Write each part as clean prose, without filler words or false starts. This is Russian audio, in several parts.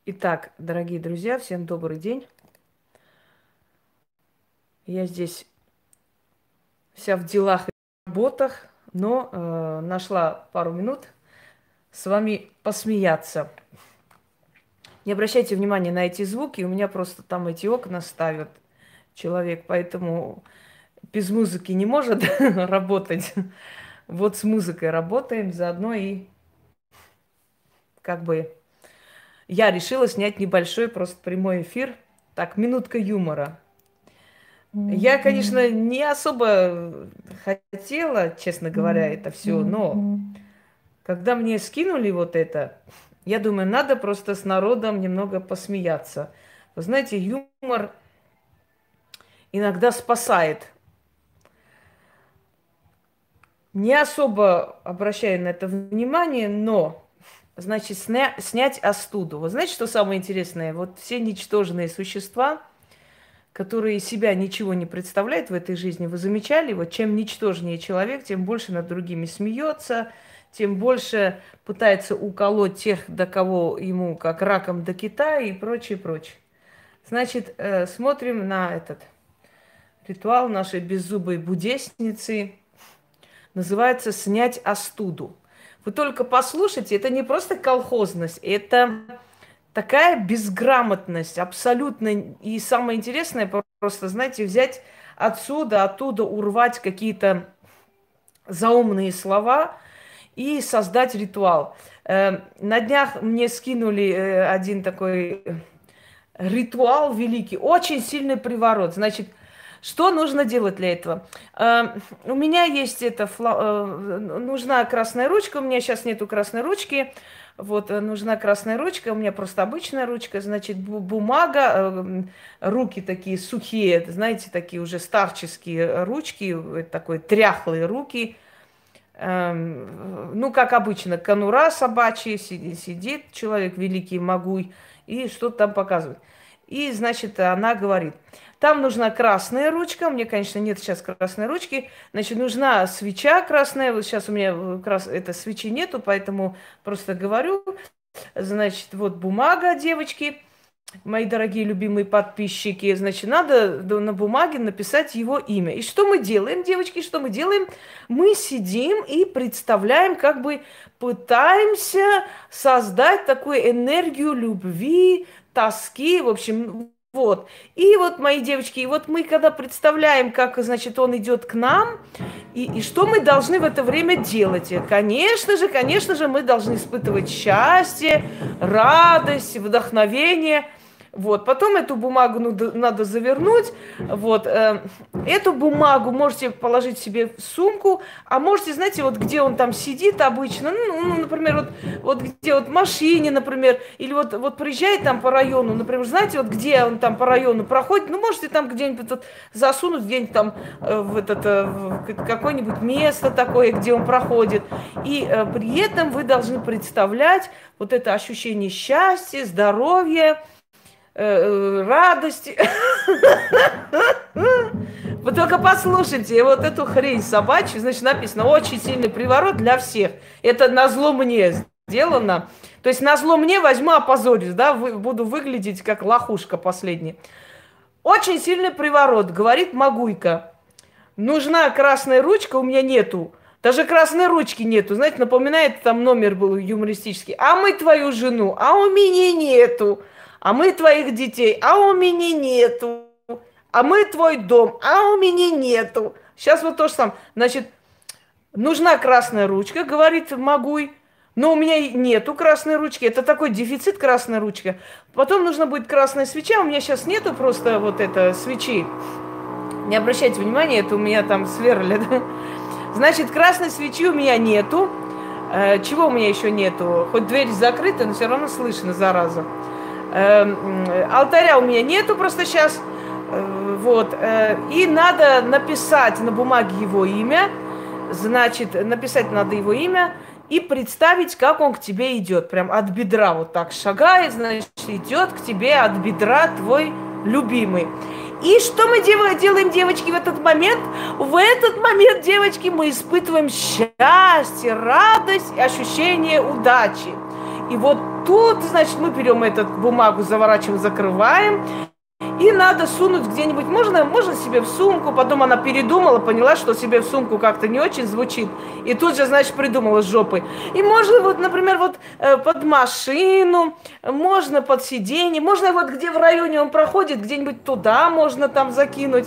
Итак, дорогие друзья, всем добрый день. Я здесь вся в делах и работах, но нашла пару минут с вами посмеяться. Не обращайте внимания на эти звуки, у меня просто там эти окна ставят человек, поэтому без музыки не может работать. Вот с музыкой работаем, заодно и как бы я решила снять небольшой просто прямой эфир. Так, минутка юмора. Я, конечно, не особо хотела, честно говоря, это все, но когда мне скинули вот это, я думаю, надо просто с народом немного посмеяться. Вы знаете, юмор иногда спасает. Не особо обращаю на это внимание, но, значит, снять остуду. Вы знаете, что самое интересное? Вот все ничтожные существа, которые из себя ничего не представляют в этой жизни, вы замечали, вот чем ничтожнее человек, тем больше над другими смеется, тем больше пытается уколоть тех, до кого ему как раком до Китая и прочее, прочее. Значит, смотрим на этот ритуал нашей беззубой будесницы. Называется «снять остуду». Вы только послушайте, это не просто колхозность, это такая безграмотность абсолютно. И самое интересное, просто, знаете, взять отсюда, оттуда урвать какие-то заумные слова и создать ритуал. На днях мне скинули один такой ритуал великий, очень сильный приворот. Значит, что нужно делать для этого? У меня есть нужна красная ручка, у меня сейчас нету красной ручки. Вот, нужна красная ручка, у меня просто обычная ручка, значит, бумага, руки такие сухие, знаете, такие уже старческие ручки, такой тряхлые руки. Ну, как обычно, конура собачья, сидит человек великий Магуй и что-то там показывает. И, значит, она говорит, там нужна красная ручка, мне, конечно, нет сейчас красной ручки, значит, нужна свеча красная, вот сейчас у меня этой свечи нету, поэтому просто говорю, значит, вот бумага, девочки, мои дорогие любимые подписчики, значит, надо на бумаге написать его имя. И что мы делаем, девочки, что мы делаем? Мы сидим и представляем, как бы пытаемся создать такую энергию любви, тоски, в общем, вот. И вот, мои девочки, и вот мы, когда представляем, как, значит, он идет к нам, и что мы должны в это время делать? Конечно же, мы должны испытывать счастье, радость, вдохновение. Вот, потом эту бумагу надо завернуть. Вот, эту бумагу можете положить себе в сумку, а можете, знаете, вот где он там сидит обычно, например, вот где вот в машине, например, или вот приезжает там по району, например, знаете, вот где он там по району проходит, ну, можете там где-нибудь вот засунуть, где-нибудь там в какое-нибудь место такое, где он проходит. И при этом вы должны представлять вот это ощущение счастья, здоровья, радости. Вы только послушайте вот эту хрень собачью, значит, написано «Очень сильный приворот для всех». Это назло мне сделано. То есть назло мне возьму, опозорюсь, да, буду выглядеть как лохушка последняя. Очень сильный приворот, говорит Магуйка. Нужна красная ручка, у меня нету. Даже красной ручки нету. Знаете, напоминает, там номер был юмористический. А мы твою жену, а у меня нету. А мы твоих детей, а у меня нету. А мы твой дом, а у меня нету. Сейчас вот то же самое. Значит, нужна красная ручка, говорит Магуй. Но у меня нету красной ручки. Это такой дефицит красной ручки. Потом нужна будет красная свеча. У меня сейчас нету просто вот это свечи. Не обращайте внимания, это у меня там сверлят. Значит, красной свечи у меня нету. Чего у меня еще нету? Хоть дверь закрыта, но все равно слышно, зараза. Алтаря у меня нету просто сейчас. Вот. И надо написать на бумаге его имя. Значит, написать надо его имя и представить, как он к тебе идет. Прям от бедра вот так шагает, значит, идет к тебе от бедра твой любимый. И что мы делаем, девочки, в этот момент? В этот момент, девочки, мы испытываем счастье, радость и ощущение удачи. И вот тут, значит, мы берем эту бумагу, заворачиваем, закрываем. И надо сунуть где-нибудь. Можно себе в сумку. Потом она передумала, поняла, что себе в сумку как-то не очень звучит. И тут же, значит, придумала с жопой. И можно вот, например, вот под машину, можно под сиденье, можно вот где в районе он проходит, где-нибудь туда можно там закинуть.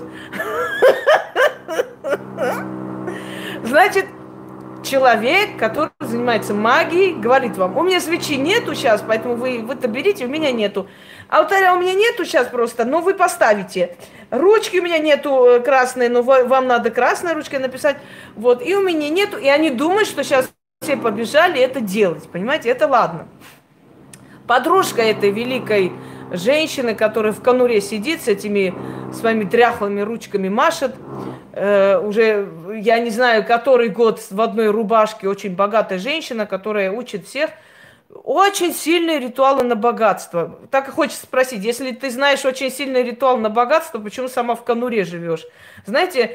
Значит, человек, который занимается магией, говорит вам: у меня свечи нету сейчас, поэтому вы-то берите, у меня нету. Алтаря у меня нету сейчас просто, но вы поставите. Ручки у меня нету красной, но вам надо красной ручкой написать. Вот, и у меня нету. И они думают, что сейчас все побежали это делать. Понимаете, это ладно. Подружка этой великой женщины, которая в конуре сидит с этими своими дряхлыми ручками машет, уже, я не знаю, который год в одной рубашке, очень богатая женщина, которая учит всех очень сильные ритуалы на богатство. Так и хочется спросить, если ты знаешь очень сильный ритуал на богатство, почему сама в конуре живешь? Знаете,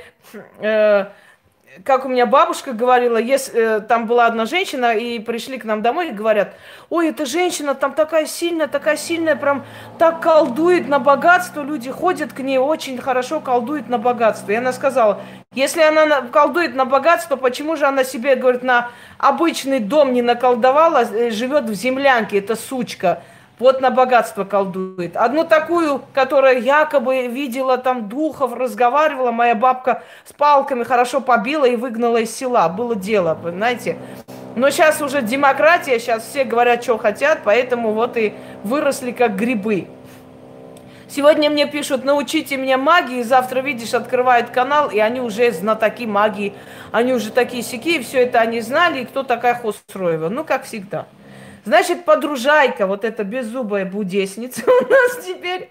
как у меня бабушка говорила, если там была одна женщина, и пришли к нам домой и говорят: ой, эта женщина там такая сильная, прям так колдует на богатство, люди ходят к ней, очень хорошо колдует на богатство. И она сказала: если она колдует на богатство, почему же она себе, говорит, на обычный дом не наколдовала, живет в землянке, эта сучка? Вот на богатство колдует. Одну такую, которая якобы видела там духов, разговаривала, моя бабка с палками хорошо побила и выгнала из села. Было дело, понимаете? Но сейчас уже демократия, сейчас все говорят, что хотят, поэтому вот и выросли как грибы. Сегодня мне пишут: научите меня магии, завтра, видишь, открывают канал, и они уже знатоки магии, они уже такие сяки, все это они знали, и кто такая Хосроева. Ну, как всегда. Значит, подружайка, вот эта беззубая будесница у нас теперь,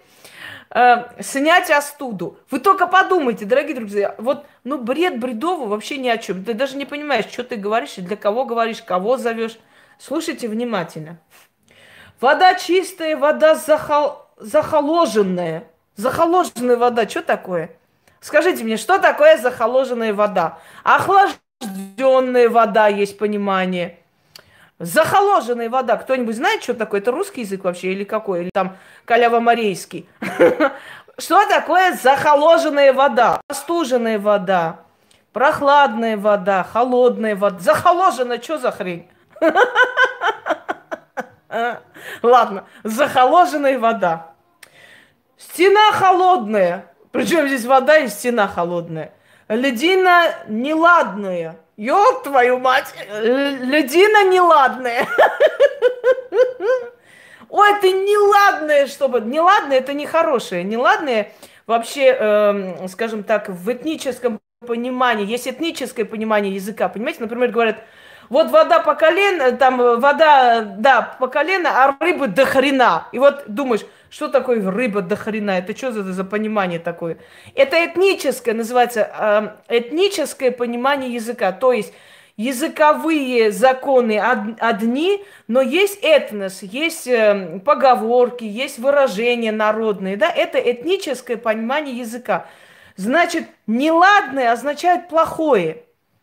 снять остуду. Вы только подумайте, дорогие друзья, вот, ну, бред бредовый вообще ни о чем. Ты даже не понимаешь, что ты говоришь, и для кого говоришь, кого зовешь. Слушайте внимательно. Вода чистая, вода захоложенная. Захоложенная вода, что такое? Скажите мне, что такое захоложенная вода? Охлажденная вода, есть понимание. Захоложенная вода. Кто-нибудь знает, что такое? Это русский язык вообще или какой? Или там каляво-морейский? Что такое захоложенная вода? Остуженная вода, прохладная вода, холодная вода. Захоложенная, что за хрень? Ладно, захоложенная вода. Стена холодная. Причем здесь вода и стена холодная. Льдина неладная. Ёб твою мать, льдина неладная. Ой, это неладное, чтобы... Неладное, это нехорошее. Неладное вообще, скажем так, в этническом понимании. Есть этническое понимание языка. Понимаете, например, говорят: вот вода по колено, там вода, да, по колено, а рыбы до хрена. И вот думаешь, что такое рыба до хрена? Это что за понимание такое? Это этническое, называется этническое понимание языка. То есть языковые законы одни, но есть этнос, есть поговорки, есть выражения народные. Да? Это этническое понимание языка. Значит, неладное означает плохое.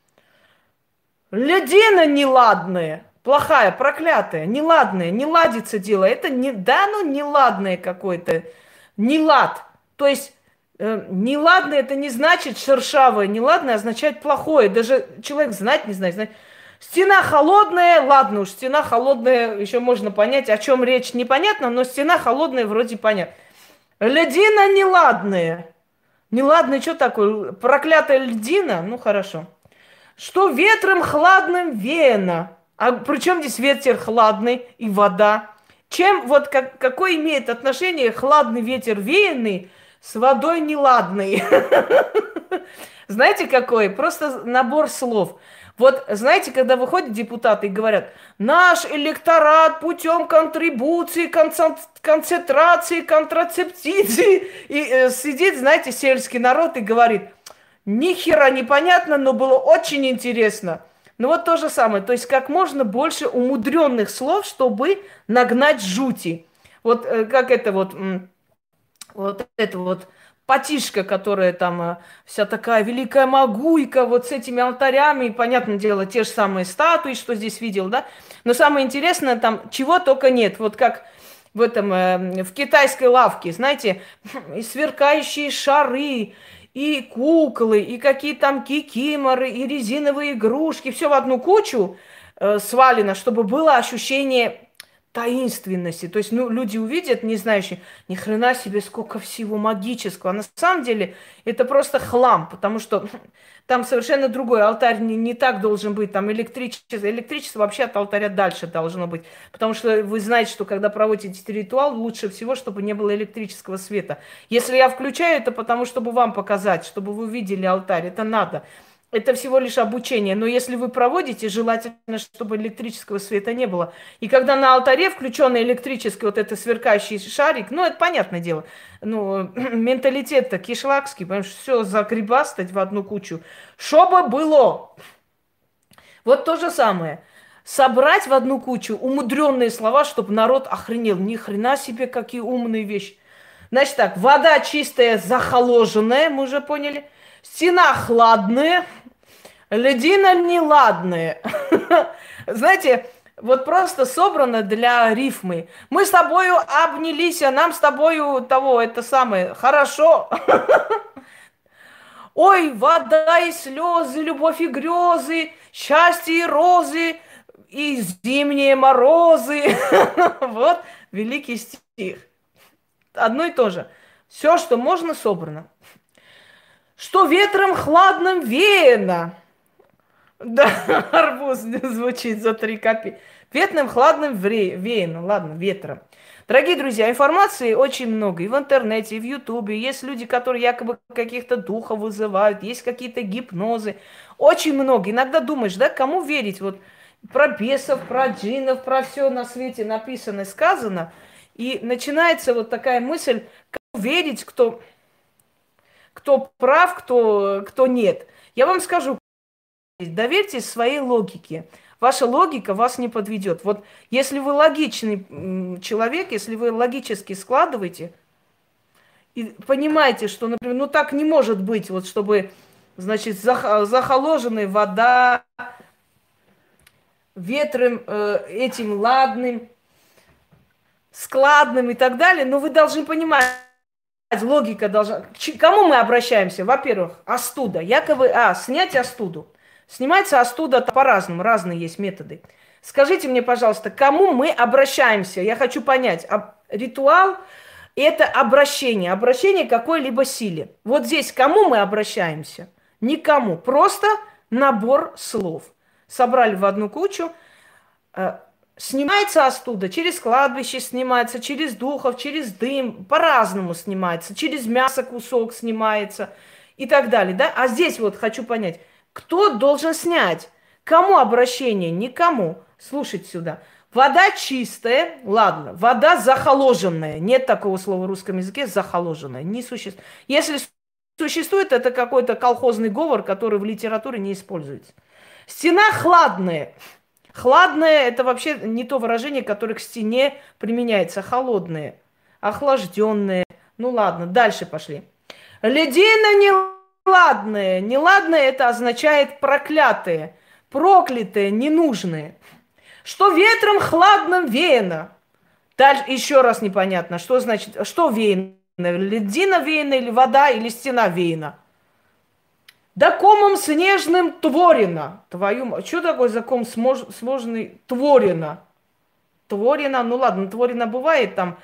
Льдина неладная, плохая, проклятая, неладная, не ладится дело. Это не, да, ну неладное какое-то, нелад. То есть неладное это не значит шершавое, неладное означает плохое. Даже человек знать не знает. Стена холодная, ладно уж, стена холодная, еще можно понять, о чем речь, непонятно, но стена холодная вроде понятно. Льдина неладная. Неладная, что такое? Проклятая льдина? Ну хорошо. Что ветром хладным веяно. А при чем здесь ветер хладный и вода? Чем, вот какое имеет отношение хладный ветер веянный с водой неладной? Знаете, какой? Просто набор слов. Вот знаете, когда выходят депутаты и говорят: наш электорат путем контрибуции, концентрации, контрацептиции. И сидит, знаете, сельский народ и говорит: ни хера непонятно, но было очень интересно. Ну вот то же самое. То есть как можно больше умудренных слов, чтобы нагнать жути. Вот как это вот, вот это вот Потишка, которая там вся такая великая могуйка, вот с этими алтарями, и, понятное дело, те же самые статуи, что здесь видел, да. Но самое интересное, там чего только нет. Вот как в этом, в китайской лавке, знаете, и сверкающие шары, и куклы, и какие там кикиморы, и резиновые игрушки, все в одну кучу свалено, чтобы было ощущение таинственности. То есть, ну, люди увидят, не знающие, ни хрена себе, сколько всего магического. А на самом деле это просто хлам, потому что там совершенно другой алтарь не так должен быть. Там электричество вообще от алтаря дальше должно быть. Потому что вы знаете, что когда проводите этот ритуал, лучше всего, чтобы не было электрического света. Если я включаю, это потому, чтобы вам показать, чтобы вы видели алтарь. Это надо. Это всего лишь обучение. Но если вы проводите, желательно, чтобы электрического света не было. И когда на алтаре включенный электрический вот этот сверкающий шарик, ну, это понятное дело. Ну, менталитет-то кишлакский, потому что все загребастать в одну кучу. Чтобы было. Вот то же самое. Собрать в одну кучу умудренные слова, чтобы народ охренел. Ни хрена себе, какие умные вещи. Значит так, вода чистая, захоложенная, мы уже поняли. Стена хладная, льдина неладная. Знаете, вот просто собрано для рифмы. Мы с тобою обнялись, а нам с тобою того, это самое, хорошо. Ой, вода и слезы, любовь и грезы, счастье и розы, и зимние морозы. Вот великий стих. Одно и то же. Все, что можно, собрано. Что ветром хладным веяно. Да, арбуз звучит за 3 копейки. Ветром хладным веяно. Ладно, ветром. Дорогие друзья, информации очень много. И в интернете, и в Ютубе. Есть люди, которые якобы каких-то духов вызывают. Есть какие-то гипнозы. Очень много. Иногда думаешь, да, кому верить? Вот про бесов, про джиннов, про все на свете написано и сказано. И начинается вот такая мысль, кому верить, кто прав, кто нет. Я вам скажу, доверьтесь своей логике. Ваша логика вас не подведет. Вот если вы логичный человек, если вы логически складываете и понимаете, что, например, ну так не может быть, вот чтобы, значит, захоложенная вода ветром этим ладным, складным и так далее, но вы должны понимать, логика должна... К кому мы обращаемся? Во-первых, остуда. Якобы, снять остуду. Снимается остуда по-разному, разные есть методы. Скажите мне, пожалуйста, к кому мы обращаемся? Я хочу понять. Ритуал – это обращение к какой-либо силе. Вот здесь к кому мы обращаемся? Никому. Просто набор слов. Собрали в одну кучу. Снимается остуда, через кладбище снимается, через духов, через дым, по-разному снимается, через мясо кусок снимается и так далее, да? А здесь вот хочу понять, кто должен снять? Кому обращение? Никому. Слушайте сюда. Вода чистая, ладно, вода захоложенная. Нет такого слова в русском языке, захоложенная. Не существует. Если существует, это какой-то колхозный говор, который в литературе не используется. Стена хладная. Хладное – это вообще не то выражение, которое к стене применяется. Холодное, охлажденное. Ну ладно, дальше пошли. Ледина неладное. Неладное – это означает проклятое, проклятое, ненужное. Что ветром хладным веяно. Дальше еще раз непонятно, что значит, что веяно. Ледина веяна или вода, или стена веяна. Да комом снежным творено. Твою... Что такое за ком сложный творено? Творено, ну ладно, творено бывает там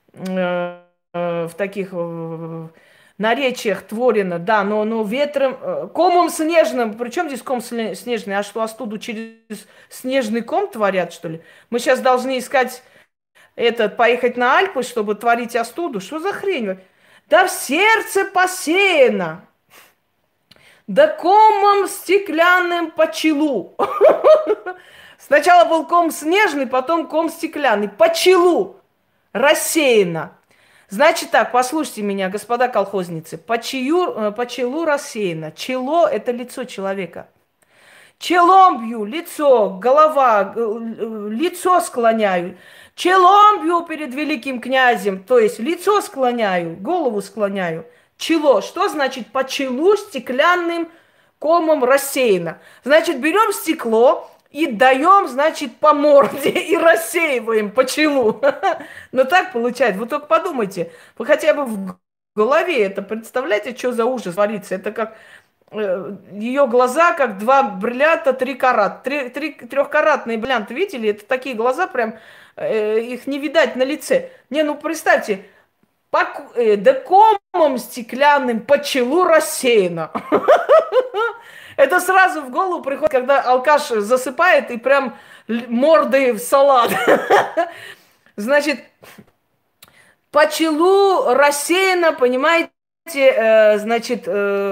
в таких наречиях творено, да, но ветром, комом снежным, причем здесь ком снежный, а что, остуду через снежный ком творят, что ли? Мы сейчас должны искать поехать на Альпы, чтобы творить остуду? Что за хрень? Да в сердце посеяно. Да комом стеклянным по челу. Сначала был ком снежный, потом ком стеклянный. По челу. Рассеяно. Значит так, послушайте меня, господа колхозницы. По челу рассеяно. Чело – это лицо человека. Челом бью, лицо, голова, лицо склоняю. Челом бью перед великим князем, то есть лицо склоняю, голову склоняю. Чело. Что значит по челу стеклянным комом рассеяно? Значит, берем стекло и даем, значит, по морде и рассеиваем по челу. Но так получается. Вы только подумайте. Вы хотя бы в голове это представляете, что за ужас творится? Это как ее глаза, как два бриллианта, 3 карат. Трехкаратные бриллианты, видели? Это такие глаза, прям их не видать на лице. Не, ну представьте, да комом стеклянным по челу рассеяно. Это сразу в голову приходит, когда алкаш засыпает и прям мордой в салат. Значит, по челу рассеяно, понимаете, значит,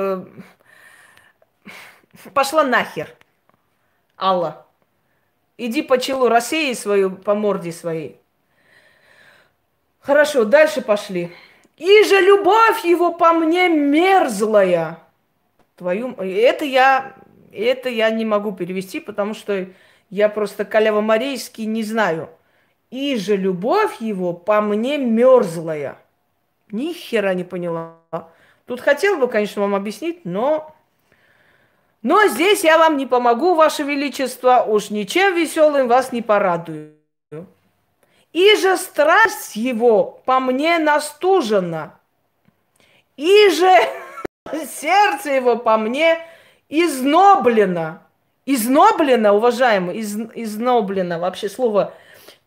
пошла нахер, Алла. Иди по челу рассеи свою, по морде своей. Хорошо, дальше пошли. И же любовь его по мне мерзлая. Это я не могу перевести, потому что я просто каляво-марийский не знаю. И же любовь его по мне мерзлая. Ни хера не поняла. Тут хотел бы, конечно, вам объяснить, но здесь я вам не помогу, Ваше Величество, уж ничем веселым вас не порадую. И же страсть его по мне настужена, и же сердце его по мне изноблено. Изноблено, уважаемый, изноблено, вообще слово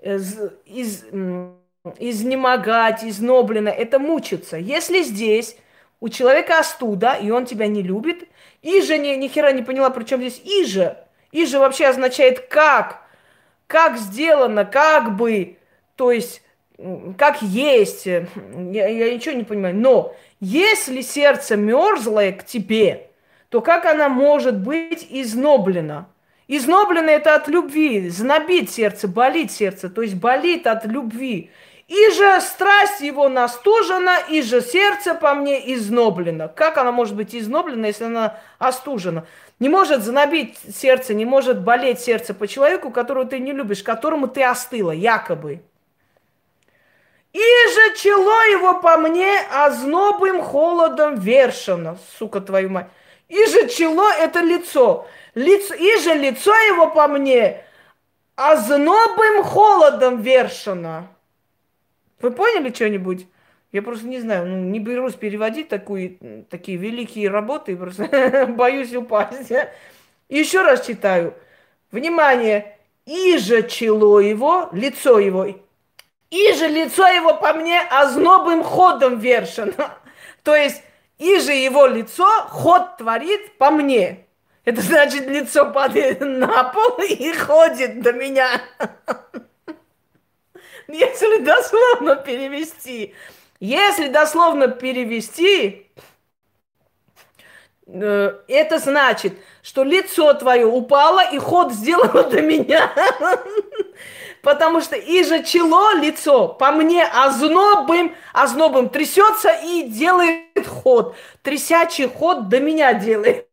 изнемогать, изноблено, это мучиться. Если здесь у человека остуда, и он тебя не любит, иже ни хера не поняла, при чем здесь иже. Иже вообще означает как сделано, как бы, то есть как есть. Я ничего не понимаю. Но если сердце мерзлое к тебе, то как она может быть изноблена? Изноблено это от любви, знобит сердце, болит сердце, то есть болит от любви. И же страсть его настужена, и же сердце по мне изноблено. Как она может быть изноблена, если она остужена? Не может знобить сердце, не может болеть сердце по человеку, которого ты не любишь, которому ты остыла, якобы. И же чело его по мне ознобым холодом вершено, сука твою мать. И же чело это лицо. И же лицо его по мне ознобым холодом вершено. Вы поняли что-нибудь? Я просто не знаю, не берусь переводить такие великие работы, просто боюсь упасть. Еще раз читаю. Внимание. И же чело его, лицо его, и же лицо его по мне ознобым ходом вершено. То есть, и же его лицо ход творит по мне. Это значит, лицо падает на пол и ходит до меня. Если дословно перевести. Если дословно перевести, это значит, что лицо твое упало и ход сделало до меня. Потому что и же чело, лицо, по мне ознобым трясется и делает ход. Трясячий ход до меня делает.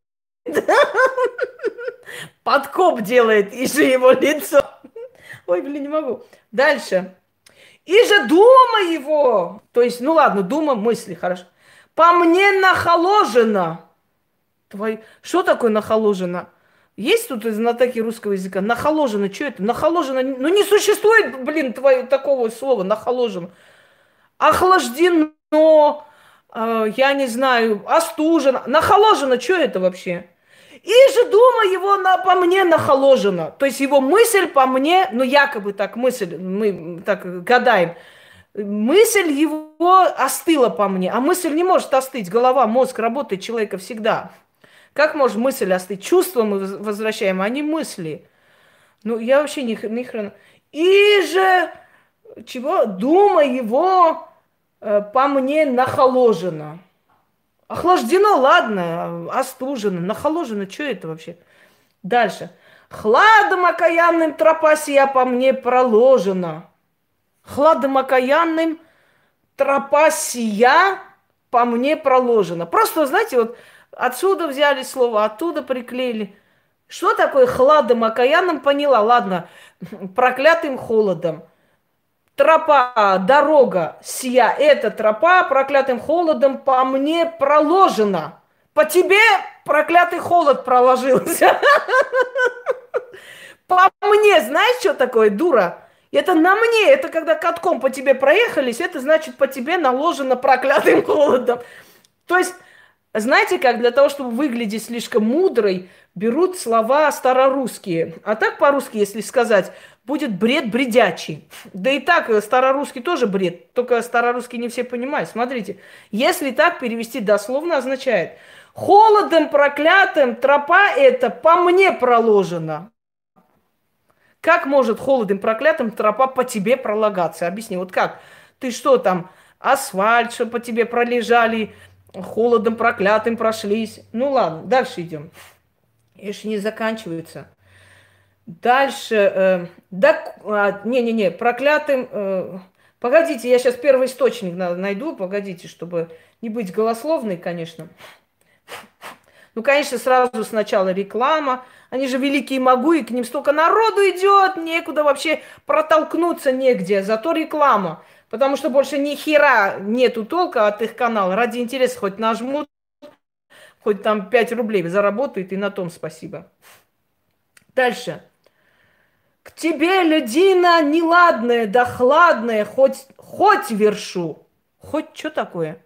Подкоп делает, и же его лицо. Ой, блин, не могу. Дальше. И же дума его, то есть, ну ладно, дума, мысли, хорошо. По мне нахоложено. Что такое нахоложено? Есть тут знатоки русского языка? Нахоложено, что это? Нахоложено, ну не существует, блин, такого слова, нахоложено. Охлаждено, я не знаю, остужено. Нахоложено, что это вообще? И же дума его по мне нахоложена. То есть его мысль по мне, ну якобы так мысль, мы так гадаем. Мысль его остыла по мне. А мысль не может остыть. Голова, мозг работает человека всегда. Как может мысль остыть? Чувства мы возвращаем, а не мысли. Ну, я вообще ни хрена. И же, чего? Дума его по мне нахоложена. Охлаждено, ладно, остужено, нахоложено, что это вообще? Дальше. Хладом окаянным тропа сия по мне проложена. Хладом окаянным тропа сия по мне проложена. Просто, знаете, вот отсюда взяли слово, оттуда приклеили. Что такое хладом окаянным, поняла, ладно, проклятым холодом. Тропа, дорога сия, эта тропа проклятым холодом по мне проложена. По тебе проклятый холод проложился. По мне, знаешь, что такое, дура? Это на мне, это когда катком по тебе проехались, это значит по тебе наложено проклятым холодом. То есть, знаете как, для того, чтобы выглядеть слишком мудрой, берут слова старорусские. А так по-русски, если сказать, будет бред бредячий. Да и так старорусский тоже бред, только старорусский не все понимают. Смотрите, если так перевести дословно, означает, холодом проклятым тропа эта по мне проложена. Как может холодом проклятым тропа по тебе пролагаться? Объясни, вот как? Ты что там, асфальт, что по тебе пролежали, холодом проклятым прошлись? Ну ладно, дальше идем. Еще не заканчивается. Дальше, не-не-не, проклятым, погодите, я сейчас первый источник найду, погодите, чтобы не быть голословной, конечно. Ну, конечно, сразу сначала реклама. Они же великие могу, и к ним столько народу идет, некуда вообще протолкнуться негде. Зато реклама. Потому что больше ни хера нету толка от их канала. Ради интереса хоть нажмут, хоть там 5 рублей заработают, и на том спасибо. Дальше. К тебе, людина, неладная, да хладная, хоть вершу. Хоть что такое?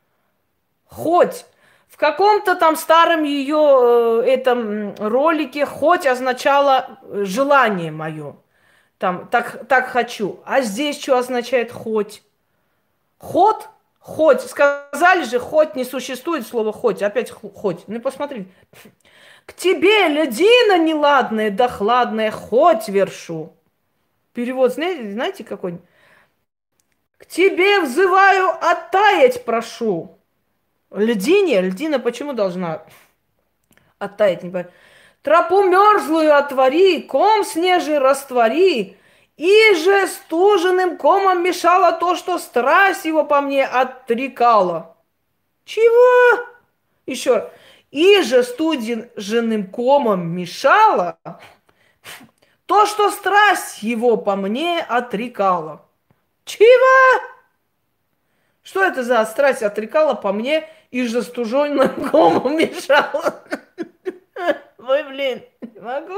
Хоть. В каком-то там старом ее этом ролике хоть означало желание мое. Там так хочу. А здесь что означает хоть? Хоть? Хоть. Сказали же, хоть не существует слова хоть. Опять хоть. Ну посмотри. К тебе, людина неладная, да хладная, хоть вершу. Перевод знаете какой? К тебе взываю, оттаять прошу. Льдина почему должна оттаять? Не понимаю. Тропу мерзлую отвори, ком снежный раствори, и же стуженным комом мешало то, что страсть его по мне отрекала. Чего? Еще. И же стуженным комом мешало то, что страсть его по мне отрекала. Чего? Что это за страсть отрекала по мне и же стуженным комом мешала? Ой, блин, не могу?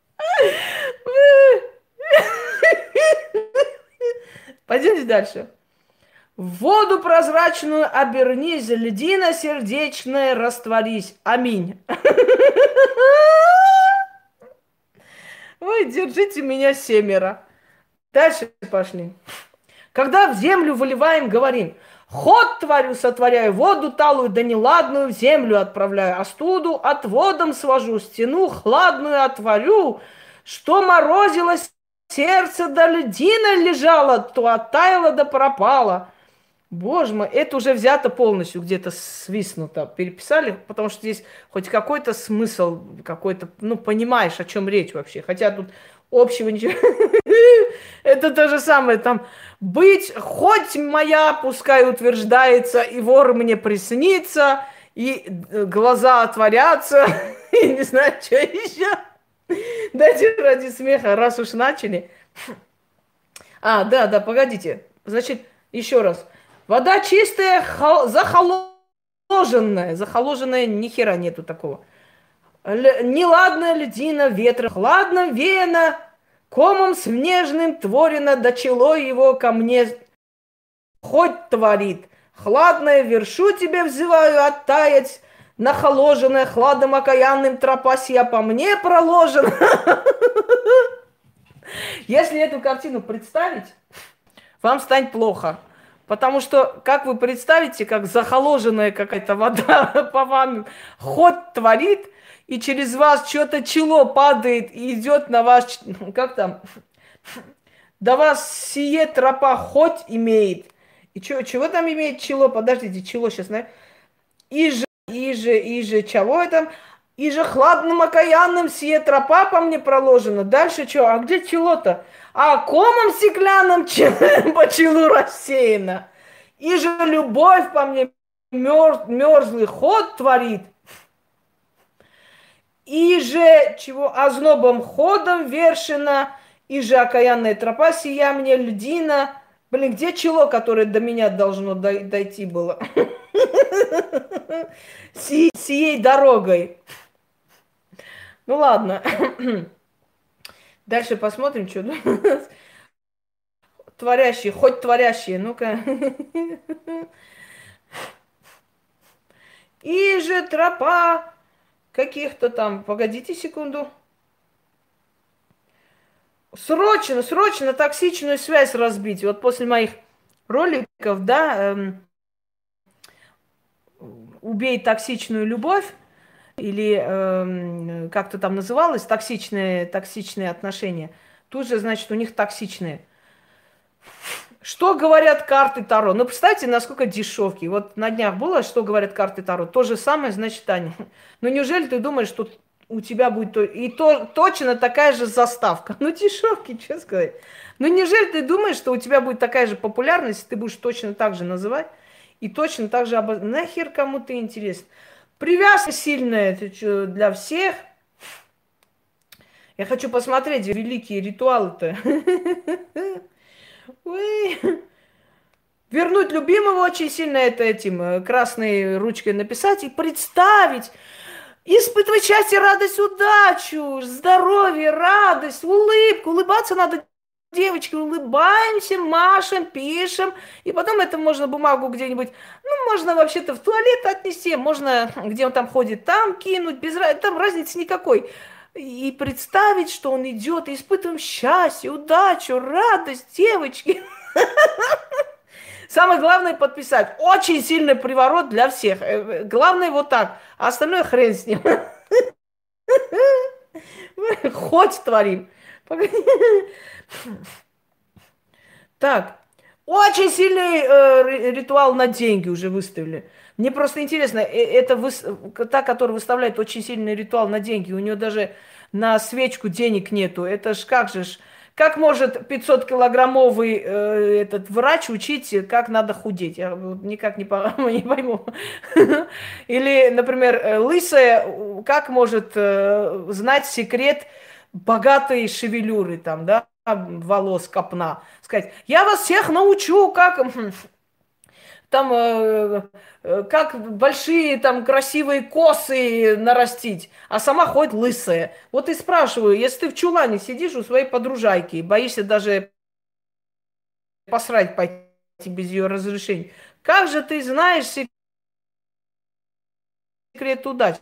Пойдемте дальше. В воду прозрачную обернись, льдина сердечная растворись. Аминь. Ой, держите меня семеро. Дальше пошли. Когда в землю выливаем, говорим, ход творю, сотворяю, воду талую, да неладную в землю отправляю, остуду от водом свожу, стену хладную отворю, что морозилось сердце, да льдина лежала, то оттаяло, да пропала. Боже мой, это уже взято полностью, где-то свистнуто, переписали, потому что здесь хоть какой-то смысл, какой-то, ну, понимаешь, о чем речь вообще. Хотя тут общего ничего. Это то же самое, там, быть, хоть моя, пускай утверждается, и вор мне приснится, и глаза отворятся, и не знаю, что еще. Дайте ради смеха, раз уж начали. Да, погодите. Значит, еще раз. Вода чистая, захоложенная. Захоложенная ни хера нету такого. Неладная льдина ветра, хладно вена, комом снежным творено, да чело его ко мне хоть творит. Хладное вершу тебе взываю оттаять, нахоложенная хладом окаянным тропа сия по мне проложена. Если эту картину представить, вам станет плохо. Потому что, как вы представите, как захоложенная какая-то вода по вам ход творит, и через вас что-то чело падает и идет на вас, как там, до вас сие тропа хоть имеет. И чего там имеет чело? Подождите, чело сейчас, наверное. Иже, чего это? Иже хладным окаянным сие тропа по мне проложена. Дальше что? А где чело-то? А комом стеклянным по челу рассеяна. Иже любовь по мне мерзлый ход творит. Иже чего ознобом ходом вершина, И же окаянная тропа, сия мне льдина. Блин, где чело, которое до меня должно дойти было? Сией дорогой. Ну ладно. Дальше посмотрим, что творящие, хоть творящие. Ну-ка. И же тропа каких-то там. Погодите секунду. Срочно, срочно токсичную связь разбить. Вот после моих роликов, да, убей токсичную любовь, или как-то там называлось, токсичные отношения. Тут же, значит, у них токсичные. Что говорят карты Таро? Ну, представьте, насколько дешевки. Вот на днях было, что говорят карты Таро. То же самое, значит, Аня. Ну, неужели ты думаешь, что у тебя будет точно такая же заставка? Ну, дешевки, что сказать. Ну, неужели ты думаешь, что у тебя будет такая же популярность, ты будешь точно так же называть и точно так же Нахер кому ты интересен? Привязка сильная для всех. Я хочу посмотреть великие ритуалы-то. Ой. Вернуть любимого очень сильно это этим красной ручкой написать и представить. Испытывать счастье, радость, удачу, здоровье, радость, улыбку. Улыбаться надо, девочки, улыбаемся, машем, пишем. И потом это можно бумагу где-нибудь, ну, можно вообще-то в туалет отнести, можно, где он там ходит, там кинуть, без разницы, там разницы никакой. И представить, что он идет, и испытываем счастье, удачу, радость, девочки. Самое главное подписать. Очень сильный приворот для всех. Главное вот так. А остальное хрен с ним. Хоть творим. Так. Очень сильный ритуал на деньги уже выставили. Мне просто интересно, та, которая выставляет очень сильный ритуал на деньги, у нее даже на свечку денег нету. Это ж как же ж, как может 500-килограммовый этот врач учить, как надо худеть? Я вот никак не пойму. Или, например, лысая, как может знать секрет богатой шевелюры там, да? Волос, копна. Сказать, я вас всех научу, как там, как большие там красивые косы нарастить, а сама ходит лысая. Вот и спрашиваю, если ты в чулане сидишь у своей подружайки, боишься даже посрать пойти без ее разрешения, как же ты знаешь секрет удачи?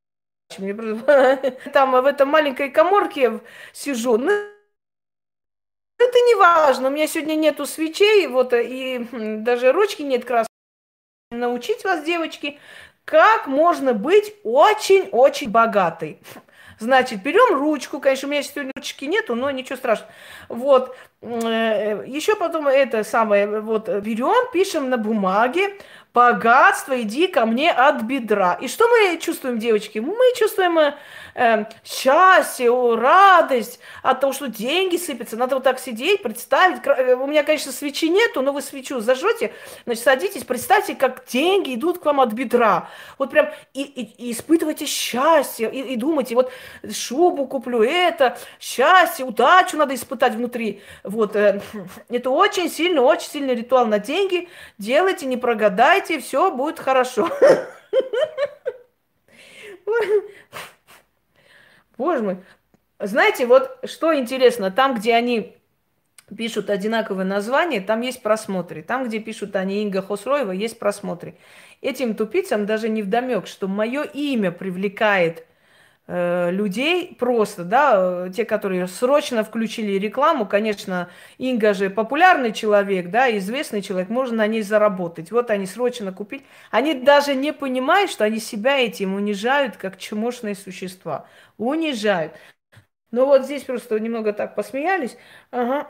Там в этом маленькой каморке сижу, ну, это не важно, у меня сегодня нету свечей, вот, и даже ручки нет красной. Научить вас, девочки, как можно быть очень-очень богатой. Значит, берем ручку, конечно, у меня сегодня ручки нету, но ничего страшного. Вот, еще потом это самое, вот, берем, пишем на бумаге, богатство, иди ко мне от бедра. И что мы чувствуем, девочки? Мы чувствуем счастье, радость от того, что деньги сыпятся. Надо вот так сидеть, представить. У меня, конечно, свечи нету, но вы свечу зажжете, значит, садитесь, представьте, как деньги идут к вам от бедра. Вот прям и испытывайте счастье, и думайте, вот шубу куплю, это, счастье, удачу надо испытать внутри. Вот, это очень сильный ритуал на деньги. Делайте, не прогадайте, все будет хорошо. Боже мой. Знаете, вот что интересно, там, где они пишут одинаковые названия, там есть просмотры. Там, где пишут они Инга Хосроева, есть просмотры. Этим тупицам даже не вдомек, что мое имя привлекает людей просто, да, те, которые срочно включили рекламу, конечно, Инга же популярный человек, да, известный человек, можно на ней заработать. Вот они срочно купили. Они даже не понимают, что они себя этим унижают, как чмошные существа. Унижают. Ну вот здесь просто немного так посмеялись. Ага.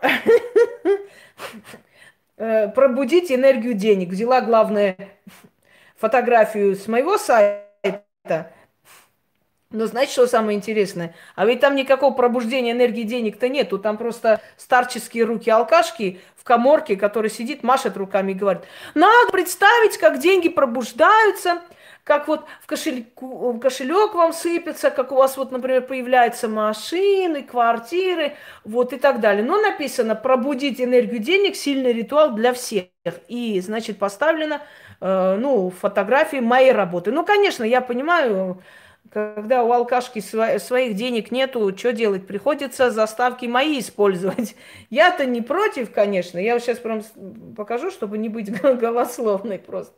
Пробудить энергию денег. Взяла, главное, фотографию с моего сайта. Но знаете, что самое интересное? А ведь там никакого пробуждения энергии денег-то нету. Там просто старческие руки алкашки в каморке, который сидит, машет руками и говорит, надо представить, как деньги пробуждаются, как вот в кошелек вам сыпется, как у вас вот, например, появляются машины, квартиры, вот и так далее. Но написано «Пробудить энергию денег – сильный ритуал для всех». И, значит, поставлено, ну, фотографии моей работы. Ну, конечно, я понимаю, когда у алкашки своих денег нету, что делать? Приходится заставки мои использовать. Я-то не против, конечно. Я вот сейчас прям покажу, чтобы не быть голословной просто.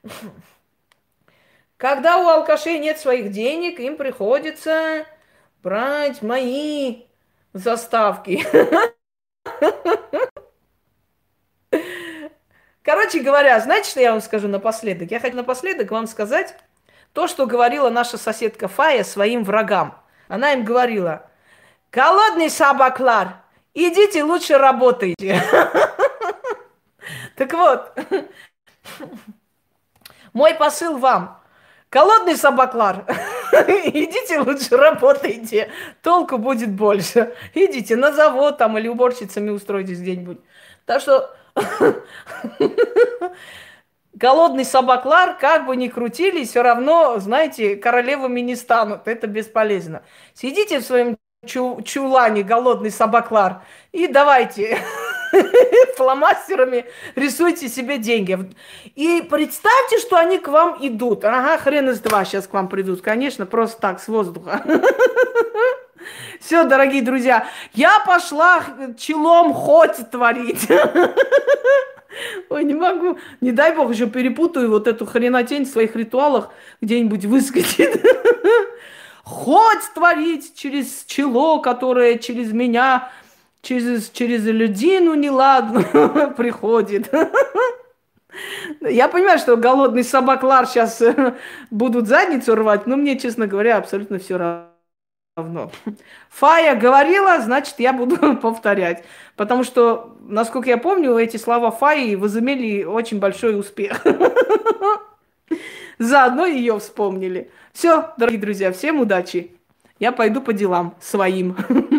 Когда у алкашей нет своих денег, им приходится брать мои заставки. Короче говоря, знаете, что я вам скажу напоследок? Я хочу напоследок вам сказать то, что говорила наша соседка Фая своим врагам. Она им говорила: голодный собаклар, идите лучше работайте. Так вот, мой посыл вам. Голодный собаклар, идите лучше работайте, толку будет больше. Идите на завод там или уборщицами устройтесь где-нибудь. Так что голодный собаклар, как бы ни крутили, все равно, знаете, королевами не станут. Это бесполезно. Сидите в своем чулане, голодный собаклар, и давайте фломастерами рисуйте себе деньги. И представьте, что они к вам идут. Ага, хрен из два сейчас к вам придут. Конечно, просто так, с воздуха. Все, дорогие друзья, я пошла челом хоть творить. Ой, не могу. Не дай бог, еще перепутаю вот эту хренотень в своих ритуалах, где-нибудь выскочит. Хоть творить через чело, которое через меня, через людину неладную приходит. Я понимаю, что голодный собаклар сейчас будут задницу рвать, но мне, честно говоря, абсолютно все равно. Фая говорила, значит, я буду повторять. Потому что, насколько я помню, эти слова Фаи возымели очень большой успех. Заодно ее вспомнили. Все, дорогие друзья, всем удачи. Я пойду по делам своим.